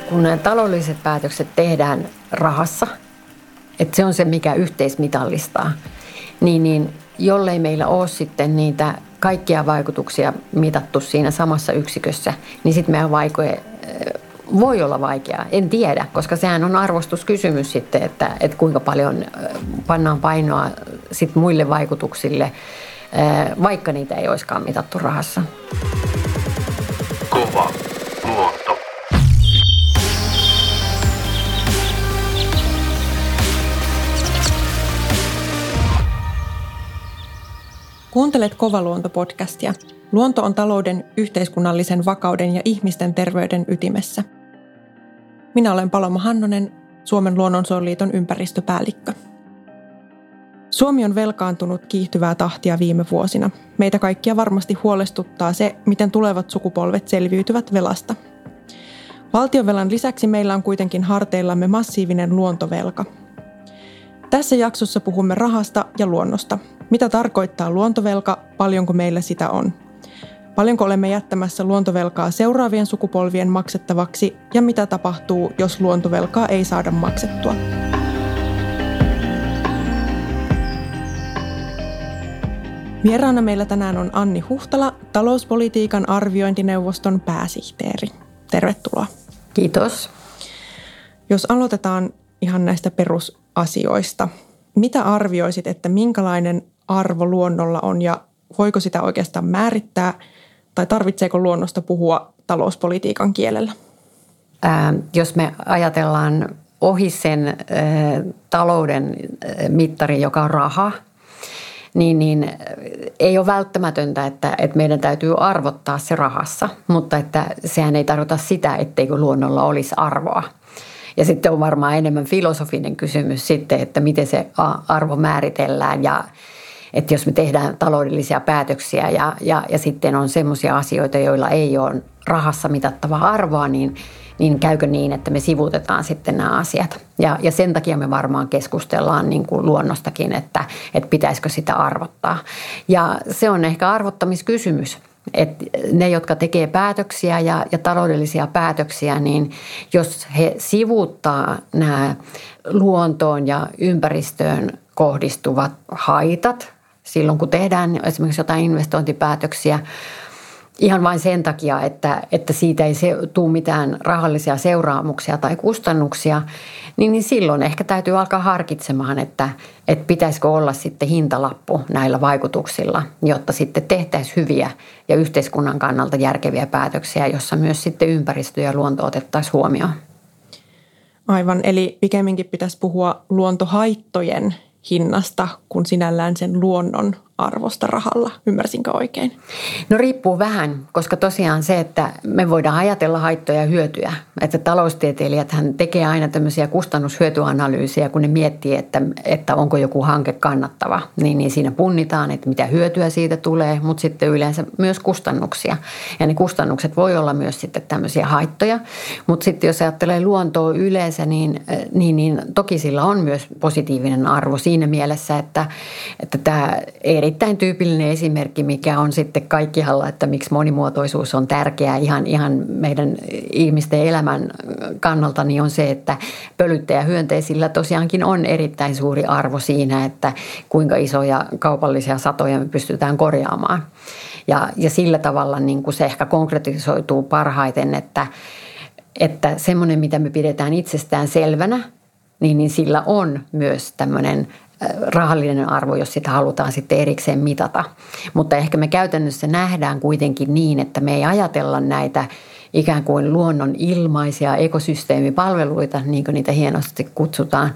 kun nämä taloudelliset päätökset tehdään rahassa, että se on se, mikä yhteismitallistaa, niin jollei meillä ole sitten niitä kaikkia vaikutuksia mitattu siinä samassa yksikössä, niin sitten meidän voi olla vaikeaa. En tiedä, koska sehän on arvostuskysymys sitten, että kuinka paljon pannaan painoa sit muille vaikutuksille, vaikka niitä ei olisikaan mitattu rahassa. Kova luonto. Kuuntelet Kova luonto-podcastia. Luonto on talouden, yhteiskunnallisen vakauden ja ihmisten terveyden ytimessä. Minä olen Paloma Hannonen, Suomen luonnonsuojeluliiton ympäristöpäällikkö. Suomi on velkaantunut kiihtyvää tahtia viime vuosina. Meitä kaikkia varmasti huolestuttaa se, miten tulevat sukupolvet selviytyvät velasta. Valtionvelan lisäksi meillä on kuitenkin harteillamme massiivinen luontovelka. Tässä jaksossa puhumme rahasta ja luonnosta. Mitä tarkoittaa luontovelka, paljonko meillä sitä on? Paljonko olemme jättämässä luontovelkaa seuraavien sukupolvien maksettavaksi ja mitä tapahtuu, jos luontovelkaa ei saada maksettua? Vieraana meillä tänään on Anni Huhtala, talouspolitiikan arviointineuvoston pääsihteeri. Tervetuloa. Kiitos. Jos aloitetaan ihan näistä perusasioista. Mitä arvioisit, että minkälainen arvo luonnolla on ja voiko sitä oikeastaan määrittää tai tarvitseeko luonnosta puhua talouspolitiikan kielellä? Jos me ajatellaan ohi sen talouden mittari, joka on raha, niin ei ole välttämätöntä, että meidän täytyy arvottaa se rahassa, mutta että sehän ei tarkoita sitä, etteikö luonnolla olisi arvoa. Ja sitten on varmaan enemmän filosofinen kysymys sitten, että miten se arvo määritellään ja että jos me tehdään taloudellisia päätöksiä ja sitten on semmoisia asioita, joilla ei ole rahassa mitattavaa arvoa, niin käykö niin, että me sivuutetaan sitten nämä asiat. Ja sen takia me varmaan keskustellaan niin kuin luonnostakin, että pitäisikö sitä arvottaa. Ja se on ehkä arvottamiskysymys. Että ne, jotka tekee päätöksiä ja taloudellisia päätöksiä, niin jos he sivuuttaa nämä luontoon ja ympäristöön kohdistuvat haitat silloin, kun tehdään esimerkiksi jotain investointipäätöksiä, ihan vain sen takia, että siitä ei tule mitään rahallisia seuraamuksia tai kustannuksia, niin silloin ehkä täytyy alkaa harkitsemaan, että pitäisikö olla sitten hintalappu näillä vaikutuksilla, jotta sitten tehtäisiin hyviä ja yhteiskunnan kannalta järkeviä päätöksiä, jossa myös sitten ympäristö ja luonto otettaisiin huomioon. Aivan, eli pikemminkin pitäisi puhua luontohaittojen hinnasta kuin sinällään sen luonnon arvosta rahalla. Ymmärsinkö oikein? No riippuu vähän, koska tosiaan se, että me voidaan ajatella haittoja ja hyötyjä. Että taloustieteilijäthän tekee aina tämmöisiä kustannushyötyanalyysejä, kun ne miettii, että onko joku hanke kannattava. Niin siinä punnitaan, että mitä hyötyä siitä tulee, mutta sitten yleensä myös kustannuksia. Ja ne kustannukset voi olla myös sitten tämmöisiä haittoja. Mutta sitten jos ajattelee luontoa yleensä, niin toki sillä on myös positiivinen arvo siinä mielessä, että tämä erittäin tyypillinen esimerkki, mikä on sitten kaikkialla, että miksi monimuotoisuus on tärkeää ihan meidän ihmisten elämän kannalta, niin on se, että pölyttäjähyönteisillä tosiaankin on erittäin suuri arvo siinä, että kuinka isoja kaupallisia satoja me pystytään korjaamaan. Ja sillä tavalla niin kuin se ehkä konkretisoituu parhaiten, että semmoinen, mitä me pidetään itsestään selvänä, niin sillä on myös tämmöinen rahallinen arvo, jos sitä halutaan sitten erikseen mitata. Mutta ehkä me käytännössä nähdään kuitenkin niin, että me ei ajatella näitä ikään kuin luonnon ilmaisia ekosysteemipalveluita, niin kuin niitä hienosti kutsutaan.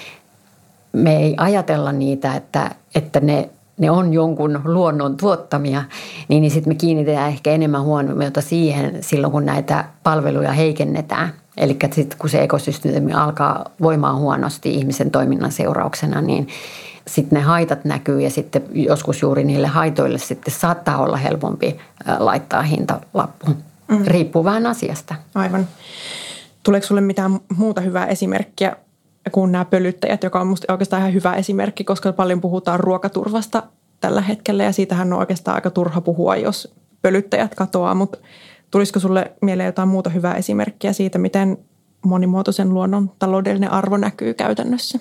Me ei ajatella niitä, että ne on jonkun luonnon tuottamia, niin sitten me kiinnitetään ehkä enemmän huomiota siihen silloin, kun näitä palveluja heikennetään. Eli sitten kun se ekosysteemi alkaa voimaan huonosti ihmisen toiminnan seurauksena, niin sitten ne haitat näkyy ja sitten joskus juuri niille haitoille sitten saattaa olla helpompi laittaa hintalappu. Riippuu vähän asiasta. Aivan. Tuleeko sulle mitään muuta hyvää esimerkkiä kuin nämä pölyttäjät, joka on musta oikeastaan ihan hyvä esimerkki, koska paljon puhutaan ruokaturvasta tällä hetkellä ja siitähän on oikeastaan aika turha puhua, jos pölyttäjät katoaa, mutta tulisiko sulle mieleen jotain muuta hyvää esimerkkiä siitä, miten monimuotoisen luonnon taloudellinen arvo näkyy käytännössä?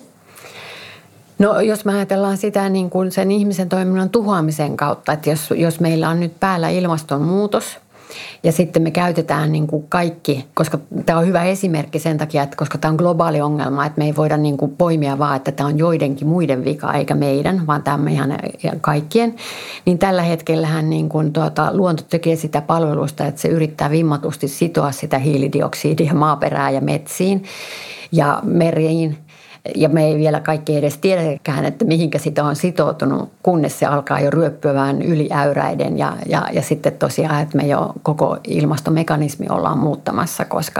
No jos me ajatellaan sitä niin kuin sen ihmisen toiminnan tuhoamisen kautta, että jos meillä on nyt päällä ilmastonmuutos ja sitten me käytetään niin kuin kaikki, koska tämä on hyvä esimerkki sen takia, että koska tämä on globaali ongelma, että me ei voida niin kuin poimia vaan, että tämä on joidenkin muiden vika eikä meidän, vaan tämä on ihan kaikkien, niin tällä hetkellähän niin kuin luonto tekee sitä palvelusta, että se yrittää vimmatusti sitoa sitä hiilidioksidia maaperään ja metsiin ja meriin. Ja me ei vielä kaikki edes tiedäkään, että mihinkä sitä on sitoutunut, kunnes se alkaa jo ryöppyä vähän yli äyräiden. Ja sitten tosiaan, että me jo koko ilmastomekanismi ollaan muuttamassa, koska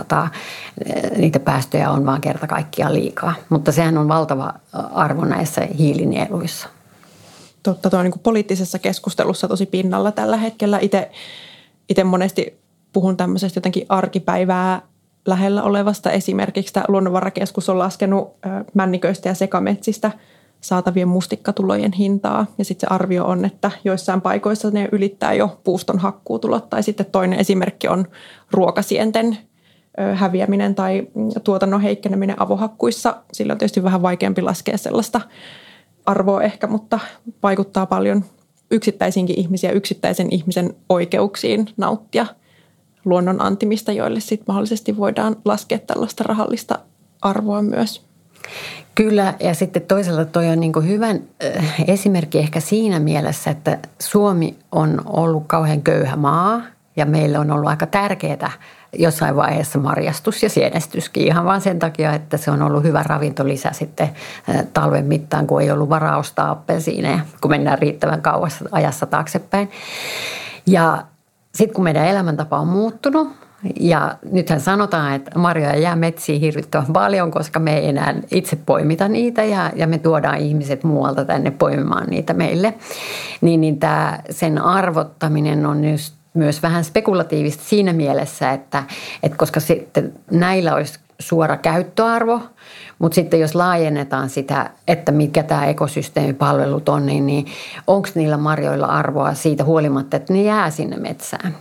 niitä päästöjä on vaan kerta kaikkiaan liikaa. Mutta sehän on valtava arvo näissä hiilinieluissa. Totta, tuo on niin kuin poliittisessa keskustelussa tosi pinnalla tällä hetkellä. Itse monesti puhun tämmöisestä jotenkin arkipäivää lähellä olevasta. Esimerkiksi tämä Luonnonvarakeskus on laskenut männiköistä ja sekametsistä saatavien mustikkatulojen hintaa. Ja sitten se arvio on, että joissain paikoissa ne ylittää jo puuston hakkuutulot. Tai sitten toinen esimerkki on ruokasienten häviäminen tai tuotannon heikkeneminen avohakkuissa. Sillä on tietysti vähän vaikeampi laskea sellaista arvoa ehkä, mutta vaikuttaa paljon yksittäisiinkin ihmisiä, yksittäisen ihmisen oikeuksiin nauttia luonnon antimista, joille sitten mahdollisesti voidaan laskea tällaista rahallista arvoa myös. Kyllä, ja sitten toisaalta toi on niin kuin hyvän esimerkki ehkä siinä mielessä, että Suomi on ollut kauhean köyhä maa ja meillä on ollut aika tärkeää jossain vaiheessa marjastus ja sienestyskin ihan vaan sen takia, että se on ollut hyvä ravintolisä sitten talven mittaan, kun ei ollut varaa ostaa appelsiineja, kun mennään riittävän kauas ajassa taaksepäin. Ja sitten kun meidän elämäntapa on muuttunut ja nythän sanotaan, että marjoja jää metsiin hirvittävän paljon, koska me ei enää itse poimita niitä ja me tuodaan ihmiset muualta tänne poimimaan niitä meille, niin tämä sen arvottaminen on myös vähän spekulatiivista siinä mielessä, että koska sitten näillä olisi suora käyttöarvo, mutta sitten jos laajennetaan sitä, että mitkä tämä ekosysteemipalvelut on, niin onko niillä marjoilla arvoa siitä huolimatta, että ne jää sinne metsään.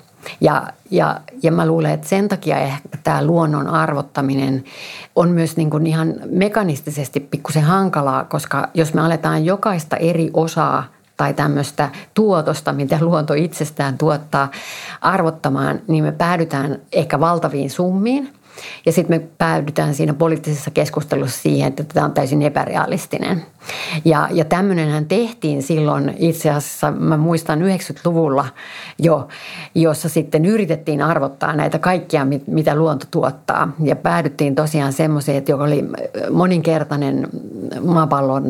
Ja mä luulen, että sen takia ehkä tämä luonnon arvottaminen on myös niin kuin ihan mekanistisesti pikkusen hankalaa, koska jos me aletaan jokaista eri osaa tai tämmöistä tuotosta, mitä luonto itsestään tuottaa arvottamaan, niin me päädytään ehkä valtaviin summiin. Ja sitten me päädytään siinä poliittisessa keskustelussa siihen, että tämä on täysin epärealistinen. Ja tämmöinenhän tehtiin silloin itse asiassa, mä muistan 90-luvulla jo, jossa sitten yritettiin arvottaa näitä kaikkia, mitä luonto tuottaa. Ja päädyttiin tosiaan semmoiseen, että joka oli moninkertainen maapallon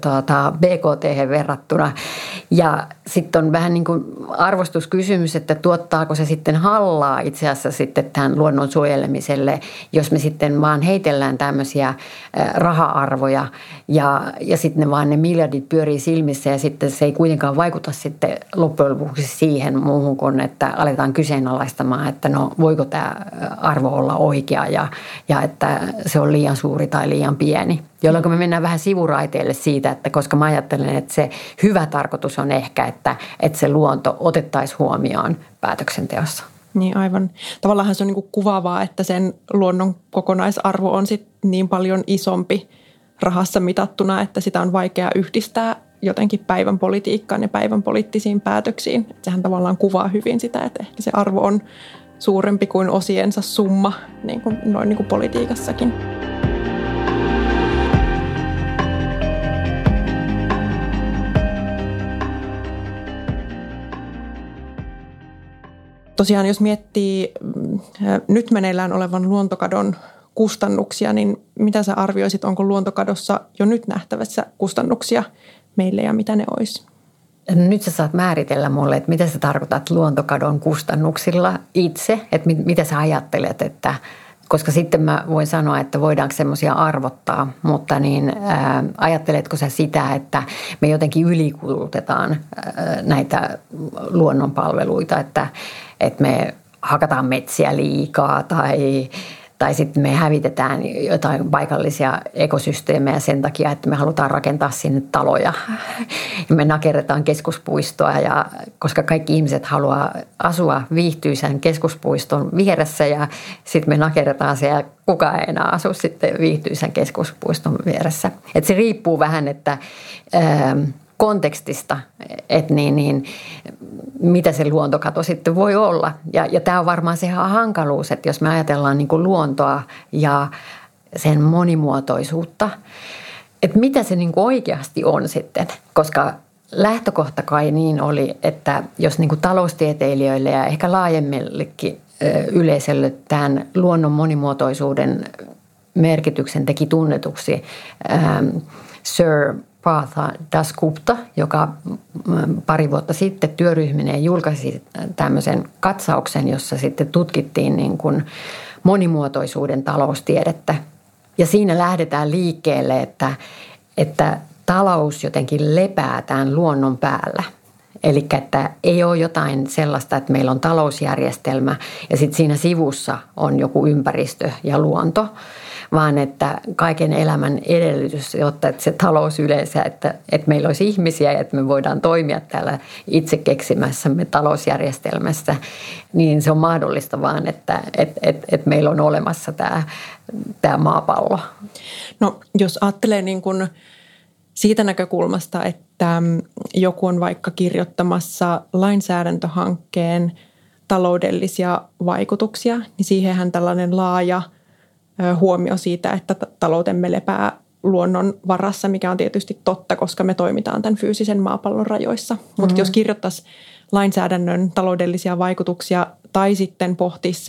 BKT verrattuna. Ja sitten on vähän niin kuin arvostuskysymys, että tuottaako se sitten hallaa itse asiassa sitten tämän luonnon suojelemiselle, jos me sitten vaan heitellään tämmöisiä raha-arvoja ja sitten vaan ne miljardit pyörii silmissä ja sitten se ei kuitenkaan vaikuta sitten loppujen lopuksi siihen muuhun kuin, että aletaan kyseenalaistamaan, että no voiko tämä arvo olla oikea ja että se on liian suuri tai liian pieni. Jolloin me mennään vähän sivuraiteelle siitä, että koska mä ajattelen, että se hyvä tarkoitus on ehkä, että se luonto otettaisiin huomioon päätöksenteossa. Niin aivan. Tavallaan se on niin kuin kuvaavaa, että sen luonnon kokonaisarvo on sit niin paljon isompi rahassa mitattuna, että sitä on vaikea yhdistää jotenkin päivän politiikkaan ja päivän poliittisiin päätöksiin. Sehän tavallaan kuvaa hyvin sitä, että ehkä se arvo on suurempi kuin osiensa summa, noin niin kuin politiikassakin. Tosiaan jos miettii nyt meneillään olevan luontokadon kustannuksia, niin mitä sä arvioisit, onko luontokadossa jo nyt nähtävässä kustannuksia meille ja mitä ne olisi? Nyt sä saat määritellä mulle, että mitä sä tarkoitat luontokadon kustannuksilla itse, että mitä sä ajattelet, että koska sitten mä voin sanoa, että voidaanko semmoisia arvottaa, mutta ajatteletko sä sitä, että me jotenkin ylikulutetaan näitä luonnonpalveluita, että me hakataan metsiä liikaa Tai sitten me hävitetään jotain paikallisia ekosysteemejä sen takia, että me halutaan rakentaa sinne taloja. Ja me nakerretaan keskuspuistoa, ja koska kaikki ihmiset haluaa asua viihtyisän keskuspuiston vieressä ja sitten me nakerretaan se ja kukaan ei enää asu sitten viihtyisän keskuspuiston vieressä. Et se riippuu vähän, että kontekstista, että mitä se luontokato sitten voi olla. Ja tämä on varmaan se hankaluus, että jos me ajatellaan niin kuin luontoa ja sen monimuotoisuutta, että mitä se niin kuin oikeasti on sitten, koska lähtökohta kai niin oli, että jos niin kuin taloustieteilijöille ja ehkä laajemmillekin yleisölle tämän luonnon monimuotoisuuden merkityksen teki tunnetuksi Sir Partha Dasgupta, joka pari vuotta sitten työryhmineen julkaisi tämmöisen katsauksen, jossa sitten tutkittiin niin kuin monimuotoisuuden taloustiedettä. Ja siinä lähdetään liikkeelle, että talous jotenkin lepää tämän luonnon päällä. Eli että ei ole jotain sellaista, että meillä on talousjärjestelmä ja sitten siinä sivussa on joku ympäristö ja luonto, vaan että kaiken elämän edellytys, jotta että se talous yleensä, että meillä olisi ihmisiä ja että me voidaan toimia täällä itse keksimässämme talousjärjestelmässä, niin se on mahdollista vaan, että meillä on olemassa tämä maapallo. No jos ajattelee niin kuin siitä näkökulmasta, että joku on vaikka kirjoittamassa lainsäädäntöhankkeen taloudellisia vaikutuksia, niin siihenhän tällainen laaja huomio siitä, että taloutemme lepää luonnon varassa, mikä on tietysti totta, koska me toimitaan tämän fyysisen maapallon rajoissa. Mutta jos kirjoittaisi lainsäädännön taloudellisia vaikutuksia tai sitten pohtisi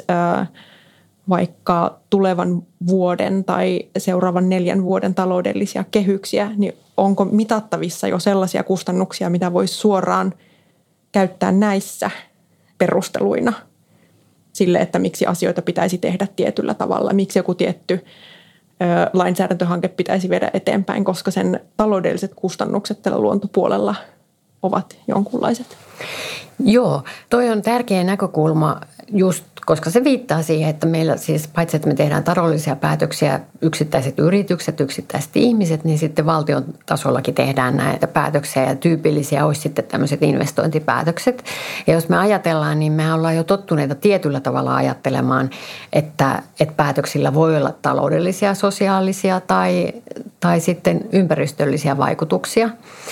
vaikka tulevan vuoden tai seuraavan 4 vuoden taloudellisia kehyksiä, niin onko mitattavissa jo sellaisia kustannuksia, mitä voisi suoraan käyttää näissä perusteluina sille, että miksi asioita pitäisi tehdä tietyllä tavalla, miksi joku tietty lainsäädäntöhanke pitäisi viedä eteenpäin, koska sen taloudelliset kustannukset tällä luontopuolella ovat jonkunlaiset. Joo, toi on tärkeä näkökulma just, koska se viittaa siihen, että meillä siis paitsi, että me tehdään taloudellisia päätöksiä, yksittäiset yritykset, yksittäiset ihmiset, niin sitten valtion tasollakin tehdään näitä päätöksiä ja tyypillisiä olisi sitten tämmöiset investointipäätökset. Ja jos me ajatellaan, niin me ollaan jo tottuneita tietyllä tavalla ajattelemaan, että päätöksillä voi olla taloudellisia, sosiaalisia tai sitten ympäristöllisiä vaikutuksia.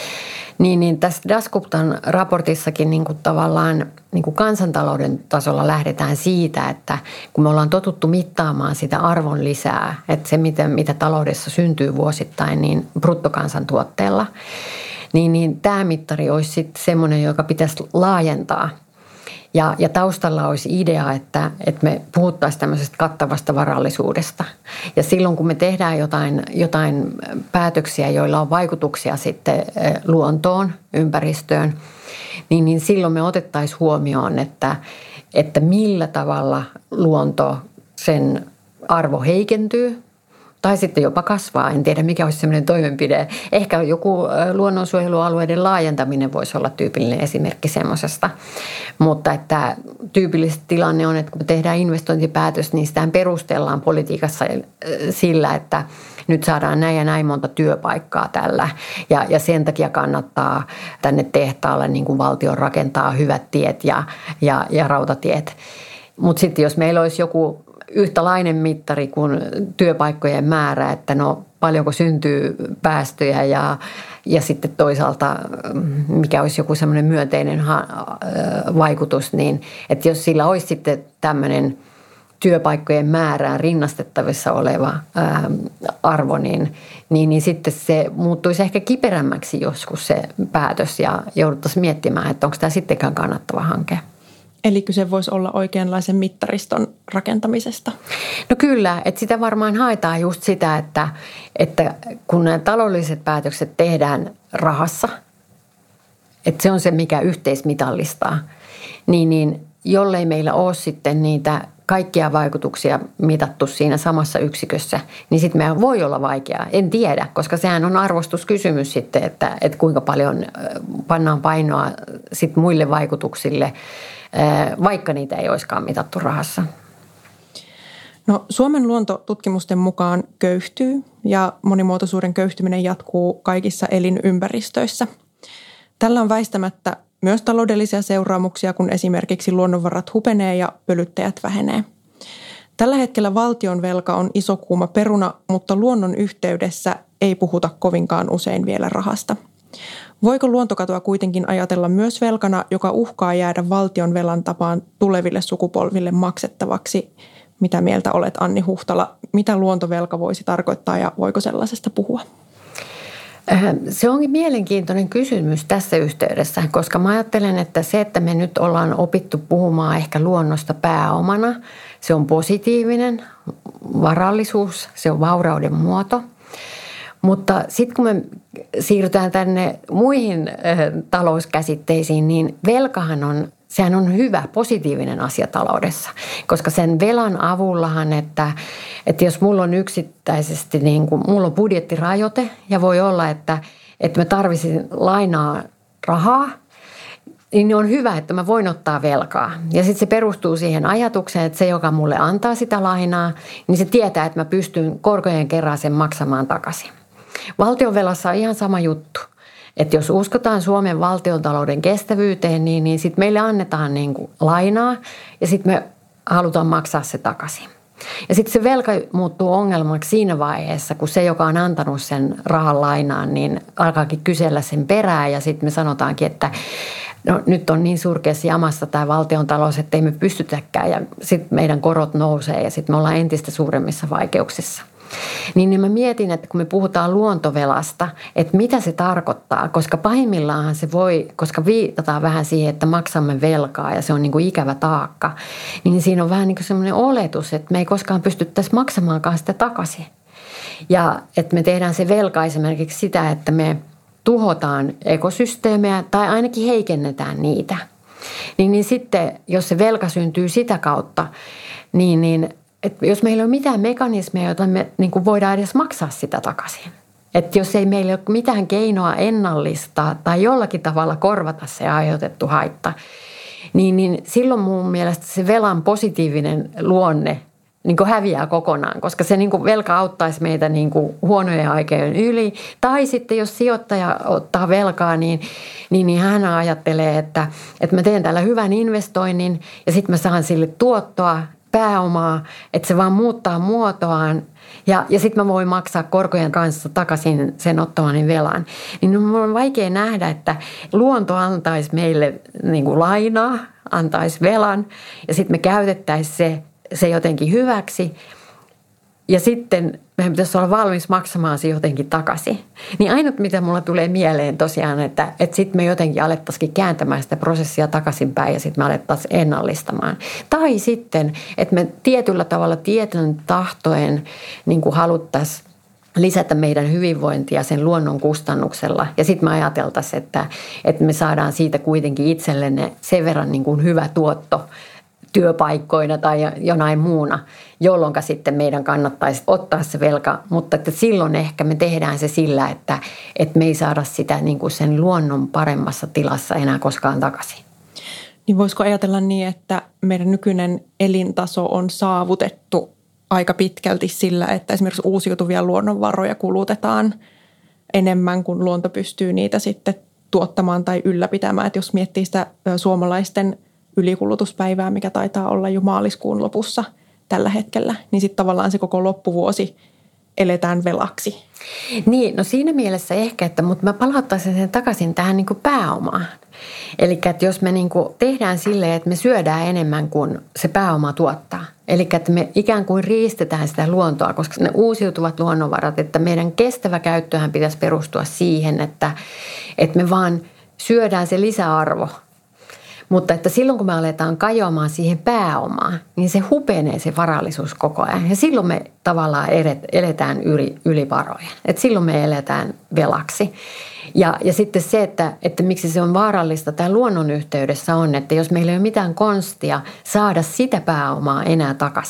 Niin tässä Dasguptan raportissakin niin kuin tavallaan niin kuin kansantalouden tasolla lähdetään siitä, että kun me ollaan totuttu mittaamaan sitä arvon lisää, että se mitä taloudessa syntyy vuosittain niin bruttokansantuotteella, niin tämä mittari olisi sitten semmoinen, joka pitäisi laajentaa. Ja taustalla olisi idea, että me puhuttaisiin tämmöisestä kattavasta varallisuudesta. Ja silloin, kun me tehdään jotain päätöksiä, joilla on vaikutuksia sitten luontoon, ympäristöön, niin silloin me otettaisiin huomioon, että millä tavalla luonto, sen arvo heikentyy tai sitten jopa kasvaa. En tiedä, mikä olisi sellainen toimenpide. Ehkä joku luonnonsuojelualueiden laajentaminen voisi olla tyypillinen esimerkki semmoisesta. Mutta että tyypillisesti tilanne on, että kun me tehdään investointipäätös, niin sitä perustellaan politiikassa sillä, että nyt saadaan näin ja näin monta työpaikkaa tällä. Ja sen takia kannattaa tänne tehtaalle niin kuin valtion rakentaa hyvät tiet ja rautatiet. Mutta sitten jos meillä olisi joku yhtälainen mittari kuin työpaikkojen määrä, että no paljonko syntyy päästöjä ja sitten toisaalta mikä olisi joku semmoinen myönteinen vaikutus, niin että jos sillä olisi sitten tämmöinen työpaikkojen määrään rinnastettavissa oleva arvo, niin sitten se muuttuisi ehkä kiperämmäksi joskus se päätös ja jouduttaisiin miettimään, että onko tämä sittenkään kannattava hanke. Eli kyse voisi olla oikeanlaisen mittariston rakentamisesta? No kyllä, että sitä varmaan haetaan just sitä, että kun nämä taloudelliset päätökset tehdään rahassa, että se on se, mikä yhteismitallistaa, niin jollei meillä ole sitten niitä kaikkia vaikutuksia mitattu siinä samassa yksikössä, niin sitten meidän voi olla vaikeaa. En tiedä, koska sehän on arvostuskysymys sitten, että kuinka paljon pannaan painoa sitten muille vaikutuksille, vaikka niitä ei olisikaan mitattu rahassa. No, Suomen luontotutkimusten mukaan köyhtyy ja monimuotoisuuden köyhtyminen jatkuu kaikissa elinympäristöissä. Tällä on väistämättä myös taloudellisia seuraamuksia, kun esimerkiksi luonnonvarat hupenee ja pölyttäjät vähenee. Tällä hetkellä valtion velka on iso kuuma peruna, mutta luonnon yhteydessä ei puhuta kovinkaan usein vielä rahasta. Voiko luontokatoa kuitenkin ajatella myös velkana, joka uhkaa jäädä valtion velan tapaan tuleville sukupolville maksettavaksi? Mitä mieltä olet, Anni Huhtala? Mitä luontovelka voisi tarkoittaa ja voiko sellaisesta puhua? Se onkin mielenkiintoinen kysymys tässä yhteydessä, koska mä ajattelen, että se, että me nyt ollaan opittu puhumaan ehkä luonnosta pääomana, se on positiivinen varallisuus, se on vaurauden muoto. Mutta sitten kun me siirrytään tänne muihin talouskäsitteisiin, niin sehän on hyvä, positiivinen asia taloudessa. Koska sen velan avullahan, että jos mulla on yksittäisesti, niin kuin, mulla on budjettirajoite ja voi olla, että mä tarvitsin lainaa rahaa, niin on hyvä, että mä voin ottaa velkaa. Ja sitten se perustuu siihen ajatukseen, että se, joka mulle antaa sitä lainaa, niin se tietää, että mä pystyn korkojen kerran sen maksamaan takaisin. Valtionvelassa on ihan sama juttu. Että jos uskotaan Suomen valtiontalouden kestävyyteen, niin sitten meille annetaan niin kuin lainaa ja sitten me halutaan maksaa se takaisin. Ja sitten se velka muuttuu ongelmaksi siinä vaiheessa, kun se, joka on antanut sen rahan lainaan, niin alkaakin kysellä sen perään ja sitten me sanotaankin, että no, nyt on niin surkeassa jamassa tämä valtiontalous, että ei me pystytäkään ja sitten meidän korot nousee ja sitten me ollaan entistä suuremmissa vaikeuksissa. Niin mä mietin, että kun me puhutaan luontovelasta, että mitä se tarkoittaa, koska pahimmillaan se voi, koska viitataan vähän siihen, että maksamme velkaa ja se on niin kuin ikävä taakka, niin siinä on vähän niin kuin semmoinen oletus, että me ei koskaan pystyttäisi maksamaankaan sitä takaisin. Ja että me tehdään se velka esimerkiksi sitä, että me tuhotaan ekosysteemejä tai ainakin heikennetään niitä. Niin sitten, jos se velka syntyy sitä kautta, niin että jos meillä ei ole mitään mekanismeja, joita me niin kuin voidaan edes maksaa sitä takaisin. Että jos ei meillä ole mitään keinoa ennallistaa tai jollakin tavalla korvata se aiheutettu haitta, niin silloin mun mielestä se velan positiivinen luonne niin kuin häviää kokonaan, koska se niin kuin velka auttaisi meitä niin kuin huonojen aikojen yli. Tai sitten jos sijoittaja ottaa velkaa, niin hän ajattelee, että mä teen tällä hyvän investoinnin ja sitten mä saan sille tuottoa, pääomaa, että se vaan muuttaa muotoaan ja sitten mä voin maksaa korkojen kanssa takaisin sen ottamani velan. Niin on vaikea nähdä, että luonto antaisi meille niin kuin lainaa, antaisi velan ja sitten me käytettäisiin se jotenkin hyväksi ja sitten meidän pitäisi olla valmis maksamaan se jotenkin takaisin. Niin ainut, mitä mulla tulee mieleen tosiaan, että sitten me jotenkin alettaisiin kääntämään sitä prosessia takaisinpäin ja sitten me alettaisiin ennallistamaan. Tai sitten, että me tietyllä tavalla tietyn tahtoen niin kuin haluttaisiin lisätä meidän hyvinvointia sen luonnon kustannuksella. Ja sitten me ajateltaisiin, että me saadaan siitä kuitenkin itsellenne sen verran niin kuin hyvä tuotto työpaikkoina tai jonain muuna, jolloin sitten meidän kannattaisi ottaa se velka, mutta että silloin ehkä me tehdään se sillä, että me ei saada sitä niin kuin sen luonnon paremmassa tilassa enää koskaan takaisin. Niin voisiko ajatella niin, että meidän nykyinen elintaso on saavutettu aika pitkälti sillä, että esimerkiksi uusiutuvia luonnonvaroja kulutetaan enemmän kuin luonto pystyy niitä sitten tuottamaan tai ylläpitämään. Että jos miettii sitä suomalaisten ylikulutuspäivää, mikä taitaa olla jo maaliskuun lopussa tällä hetkellä, niin sitten tavallaan se koko loppuvuosi eletään velaksi. Niin, no siinä mielessä ehkä, mutta mä palauttaisin sen takaisin tähän niin kuin pääomaan. Eli että jos me niin kuin tehdään silleen, että me syödään enemmän kuin se pääoma tuottaa. Eli että me ikään kuin riistetään sitä luontoa, koska ne uusiutuvat luonnonvarat, että meidän kestävä käyttöhän pitäisi perustua siihen, että me vaan syödään se lisäarvo. Mutta että silloin, kun me aletaan kajoamaan siihen pääomaan, niin se hupenee se varallisuus koko ajan. Ja silloin me tavallaan eletään yli varojen. Että silloin me eletään velaksi. Ja sitten se, että miksi se on vaarallista tämän luonnon yhteydessä on, että jos meillä ei ole mitään konstia saada sitä pääomaa enää takaisin.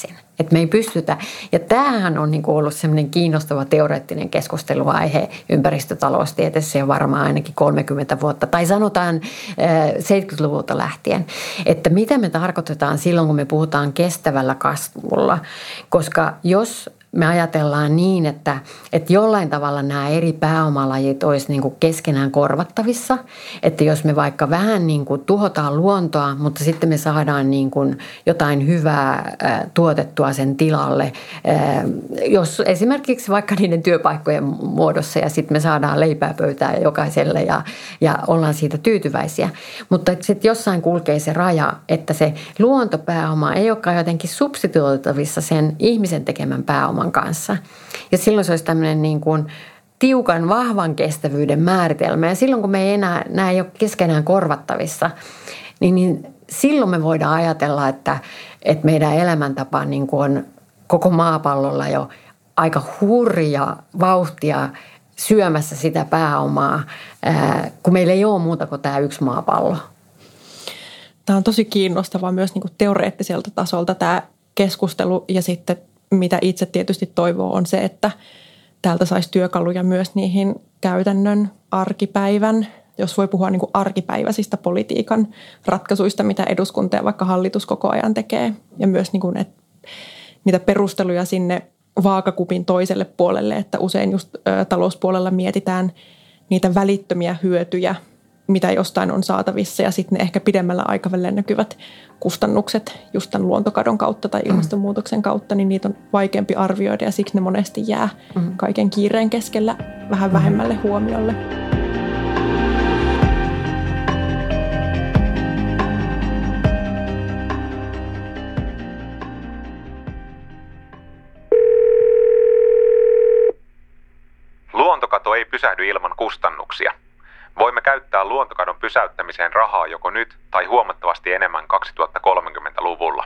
Että me ei pystytä. Ja tämähän on niin kuin ollut sellainen kiinnostava teoreettinen keskusteluaihe ympäristötaloustieteessä jo varmaan ainakin 30 vuotta. Tai sanotaan 70-luvulta lähtien. Että mitä me tarkoitetaan silloin, kun me puhutaan kestävällä kasvulla. Koska jos me ajatellaan niin, että jollain tavalla nämä eri pääomalajit olisi niin kuin keskenään korvattavissa. Että jos me vaikka vähän niin kuin tuhotaan luontoa, mutta sitten me saadaan niin kuin jotain hyvää tuotettua sen tilalle. Jos esimerkiksi vaikka niiden työpaikkojen muodossa ja sitten me saadaan leipää pöytään jokaiselle ja ollaan siitä tyytyväisiä. Mutta sitten jossain kulkee se raja, että se luontopääoma ei olekaan jotenkin substituoitavissa sen ihmisen tekemän pääoman kanssa. Ja silloin se olisi tämmöinen niin kuin tiukan, vahvan kestävyyden määritelmä. Ja silloin, kun me ei enää, nämä ei ole keskenään korvattavissa, niin silloin me voidaan ajatella, että meidän elämäntapa niin kuin on koko maapallolla jo aika hurja vauhtia syömässä sitä pääomaa, kun meillä ei ole muuta kuin tämä yksi maapallo. Tämä on tosi kiinnostavaa myös niin kuin teoreettiselta tasolta tämä keskustelu ja sitten mitä itse tietysti toivoo on se, että täältä saisi työkaluja myös niihin käytännön arkipäivän, jos voi puhua niin kuin arkipäiväisistä politiikan ratkaisuista, mitä eduskunta ja vaikka hallitus koko ajan tekee. Ja myös niin kuin, että niitä perusteluja sinne vaakakupin toiselle puolelle, että usein just talouspuolella mietitään niitä välittömiä hyötyjä, mitä jostain on saatavissa ja sitten ne ehkä pidemmällä aikavälillä näkyvät kustannukset just tämän luontokadon kautta tai ilmastonmuutoksen kautta, niin niitä on vaikeampi arvioida ja siksi ne monesti jää kaiken kiireen keskellä vähän vähemmälle huomiolle. Luontokato ei pysähdy ilman kustannuksia. Voimme käyttää luontokadon pysäyttämiseen rahaa joko nyt tai huomattavasti enemmän 2030-luvulla.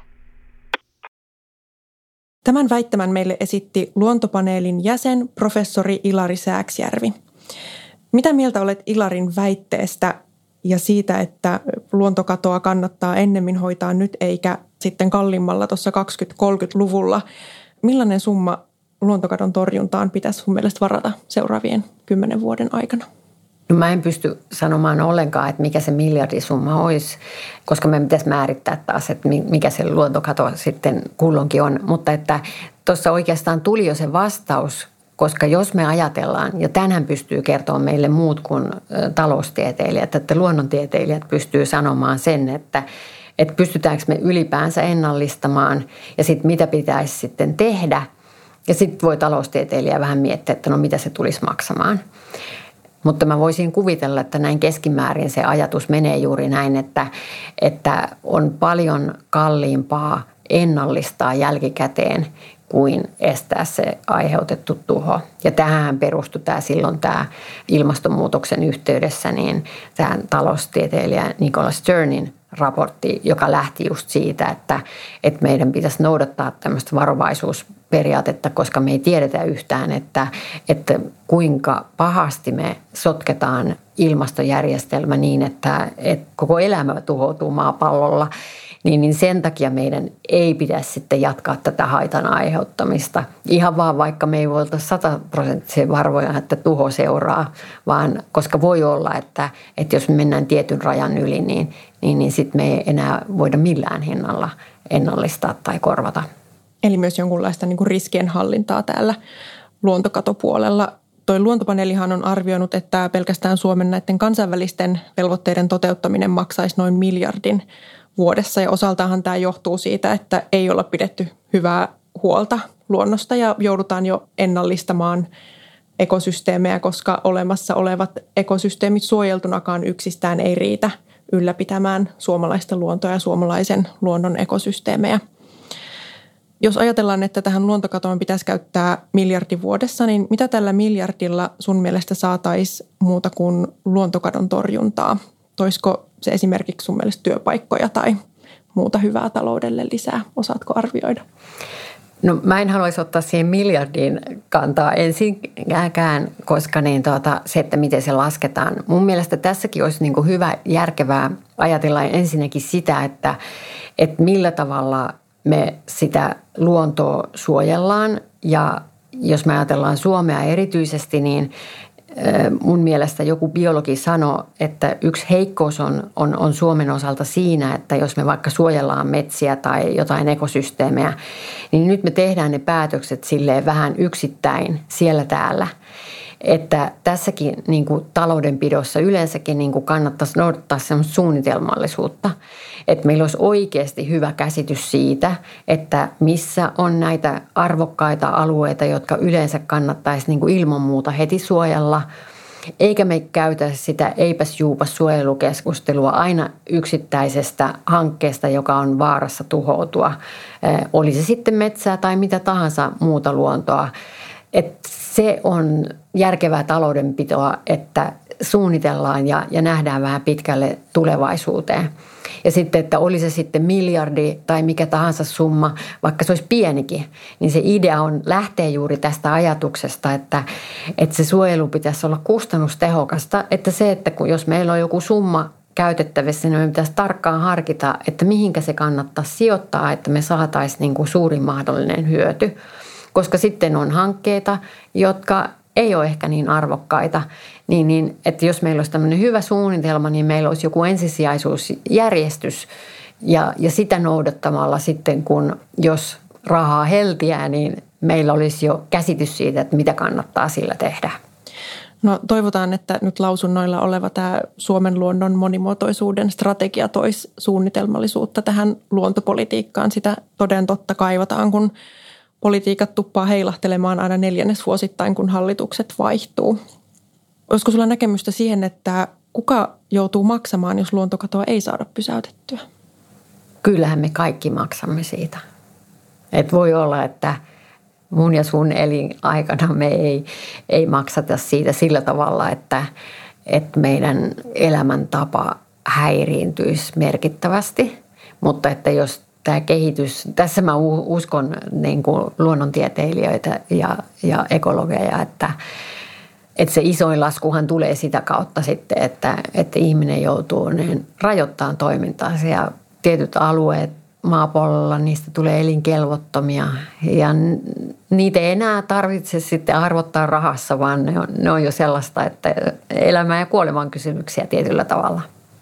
Tämän väittämän meille esitti Luontopaneelin jäsen professori Ilari Sääksjärvi. Mitä mieltä olet Ilarin väitteestä ja siitä, että luontokatoa kannattaa ennemmin hoitaa nyt eikä sitten kalliimmalla tuossa 2030-luvulla? Millainen summa luontokadon torjuntaan pitäisi sun mielestä varata seuraavien 10 vuoden aikana? No mä en pysty sanomaan ollenkaan, että mikä se miljardisumma olisi, koska me pitäisi määrittää taas, että mikä se luontokato sitten kulloinkin on. Mutta että tuossa oikeastaan tuli jo se vastaus, koska jos me ajatellaan, ja tämänhän pystyy kertoa meille muut kuin taloustieteilijät, että luonnontieteilijät pystyy sanomaan sen, että pystytäänkö me ylipäänsä ennallistamaan ja sitten mitä pitäisi sitten tehdä. Ja sitten voi taloustieteilijä vähän miettiä, että no mitä se tulisi maksamaan. Mutta mä voisin kuvitella, että näin keskimäärin se ajatus menee juuri näin, että on paljon kalliimpaa ennallistaa jälkikäteen kuin estää se aiheutettu tuho. Ja tähän perustui silloin tämä ilmastonmuutoksen yhteydessä niin tämä taloustieteilijä Nicholas Sternin raportti, joka lähti just siitä, että meidän pitäisi noudattaa tämmöistä varovaisuusperiaatetta, koska me ei tiedetä yhtään, että kuinka pahasti me sotketaan ilmastojärjestelmä niin, että koko elämä tuhoutuu maapallolla. Niin sen takia meidän ei pitäisi sitten jatkaa tätä haitan aiheuttamista. Ihan vaan vaikka me ei voi olla 100% varmoja, että tuho seuraa, vaan koska voi olla, että jos me mennään tietyn rajan yli, niin sitten me ei enää voida millään hinnalla ennallistaa tai korvata. Eli myös jonkunlaista niin kuin riskien hallintaa täällä luontokatopuolella. Toi Luontopaneelihan on arvioinut, että pelkästään Suomen näiden kansainvälisten velvoitteiden toteuttaminen maksaisi noin miljardin vuodessa ja osaltaanhan tämä johtuu siitä, että ei olla pidetty hyvää huolta luonnosta ja joudutaan jo ennallistamaan ekosysteemejä, koska olemassa olevat ekosysteemit suojeltunakaan yksistään ei riitä ylläpitämään suomalaista luontoa ja suomalaisen luonnon ekosysteemejä. Jos ajatellaan, että tähän luontokatoon pitäisi käyttää miljardi vuodessa, niin mitä tällä miljardilla sun mielestä saataisiin muuta kuin luontokadon torjuntaa? Toisiko se esimerkiksi sun mielestä työpaikkoja tai muuta hyvää taloudelle lisää? Osaatko arvioida? No mä en haluaisi ottaa siihen miljardiin kantaa ensinkään, koska se, että miten se lasketaan. Mun mielestä tässäkin olisi niin kuin hyvä, järkevää ajatella ensinnäkin sitä, että millä tavalla me sitä luontoa suojellaan. Ja jos me ajatellaan Suomea erityisesti, niin mun mielestä joku biologi sanoi, että yksi heikkous on Suomen osalta siinä, että jos me vaikka suojellaan metsiä tai jotain ekosysteemejä, niin nyt me tehdään ne päätökset silleen vähän yksittäin siellä täällä. Että tässäkin niin kuin taloudenpidossa yleensäkin niin kuin kannattaisi noudattaa semmoista suunnitelmallisuutta. Että meillä olisi oikeasti hyvä käsitys siitä, että missä on näitä arvokkaita alueita, jotka yleensä kannattaisi niin kuin ilman muuta heti suojella. Eikä me käytä sitä eipäs juupas suojelukeskustelua aina yksittäisestä hankkeesta, joka on vaarassa tuhoutua. Oli se sitten metsää tai mitä tahansa muuta luontoa. Että se on järkevää taloudenpitoa, että suunnitellaan ja nähdään vähän pitkälle tulevaisuuteen. Ja sitten, että oli se sitten miljardi tai mikä tahansa summa, vaikka se olisi pienikin, niin se idea lähtee juuri tästä ajatuksesta, että se suojelu pitäisi olla kustannustehokasta. Että se, että jos meillä on joku summa käytettävissä, niin me pitäisi tarkkaan harkita, että mihinkä se kannattaa sijoittaa, että me saataisiin niin kuin suurin mahdollinen hyöty. Koska sitten on hankkeita, jotka ei ole ehkä niin arvokkaita, niin että jos meillä olisi tämmöinen hyvä suunnitelma, niin meillä olisi joku ensisijaisuusjärjestys ja sitä noudattamalla sitten, jos rahaa heltiää, niin meillä olisi jo käsitys siitä, että mitä kannattaa sillä tehdä. No toivotaan, että nyt lausunnoilla oleva tämä Suomen luonnon monimuotoisuuden strategia toisi suunnitelmallisuutta tähän luontopolitiikkaan. Sitä toden totta kaivataan, kun politiikat tuppaa heilahtelemaan aina neljännesvuosittain, kun hallitukset vaihtuu. Olisiko sulla näkemystä siihen, että kuka joutuu maksamaan, jos luontokatoa ei saada pysäytettyä? Kyllähän me kaikki maksamme siitä. Et voi olla, että mun ja sun elinaikana me ei maksata siitä sillä tavalla, että meidän elämäntapa häiriintyisi merkittävästi. Mutta että jos tämä kehitys, tässä mä uskon niin kuin luonnontieteilijöitä ja ekologeja, että se isoin laskuhan tulee sitä kautta sitten, että ihminen joutuu rajoittamaan toimintaansa ja tietyt alueet maapallolla, niistä tulee elinkelvottomia ja niitä ei enää tarvitse sitten arvottaa rahassa, vaan ne on jo sellaista, että elämän ja kuoleman kysymyksiä tietyllä tavalla.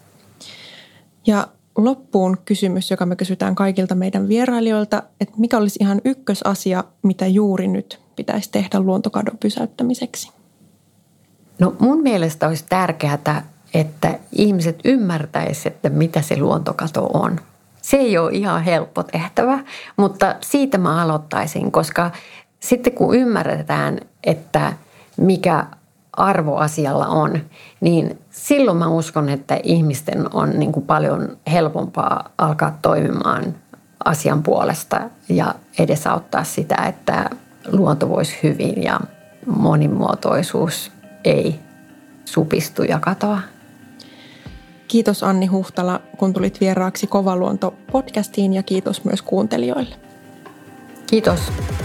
Ja loppuun kysymys, joka me kysytään kaikilta meidän vierailijoilta, että mikä olisi ihan ykkösasia, mitä juuri nyt pitäisi tehdä luontokadon pysäyttämiseksi? No mun mielestä olisi tärkeää, että ihmiset ymmärtäisivät, että mitä se luontokato on. Se ei ole ihan helppo tehtävä, mutta siitä mä aloittaisin, koska sitten kun ymmärretään, että mikä arvo asialla on, niin silloin mä uskon, että ihmisten on niin kuin paljon helpompaa alkaa toimimaan asian puolesta ja edesauttaa sitä, että luonto voisi hyvin ja monimuotoisuus ei supistu ja katoa. Kiitos Anni Huhtala, kun tulit vieraaksi Kova Luonto -podcastiin ja kiitos myös kuuntelijoille. Kiitos.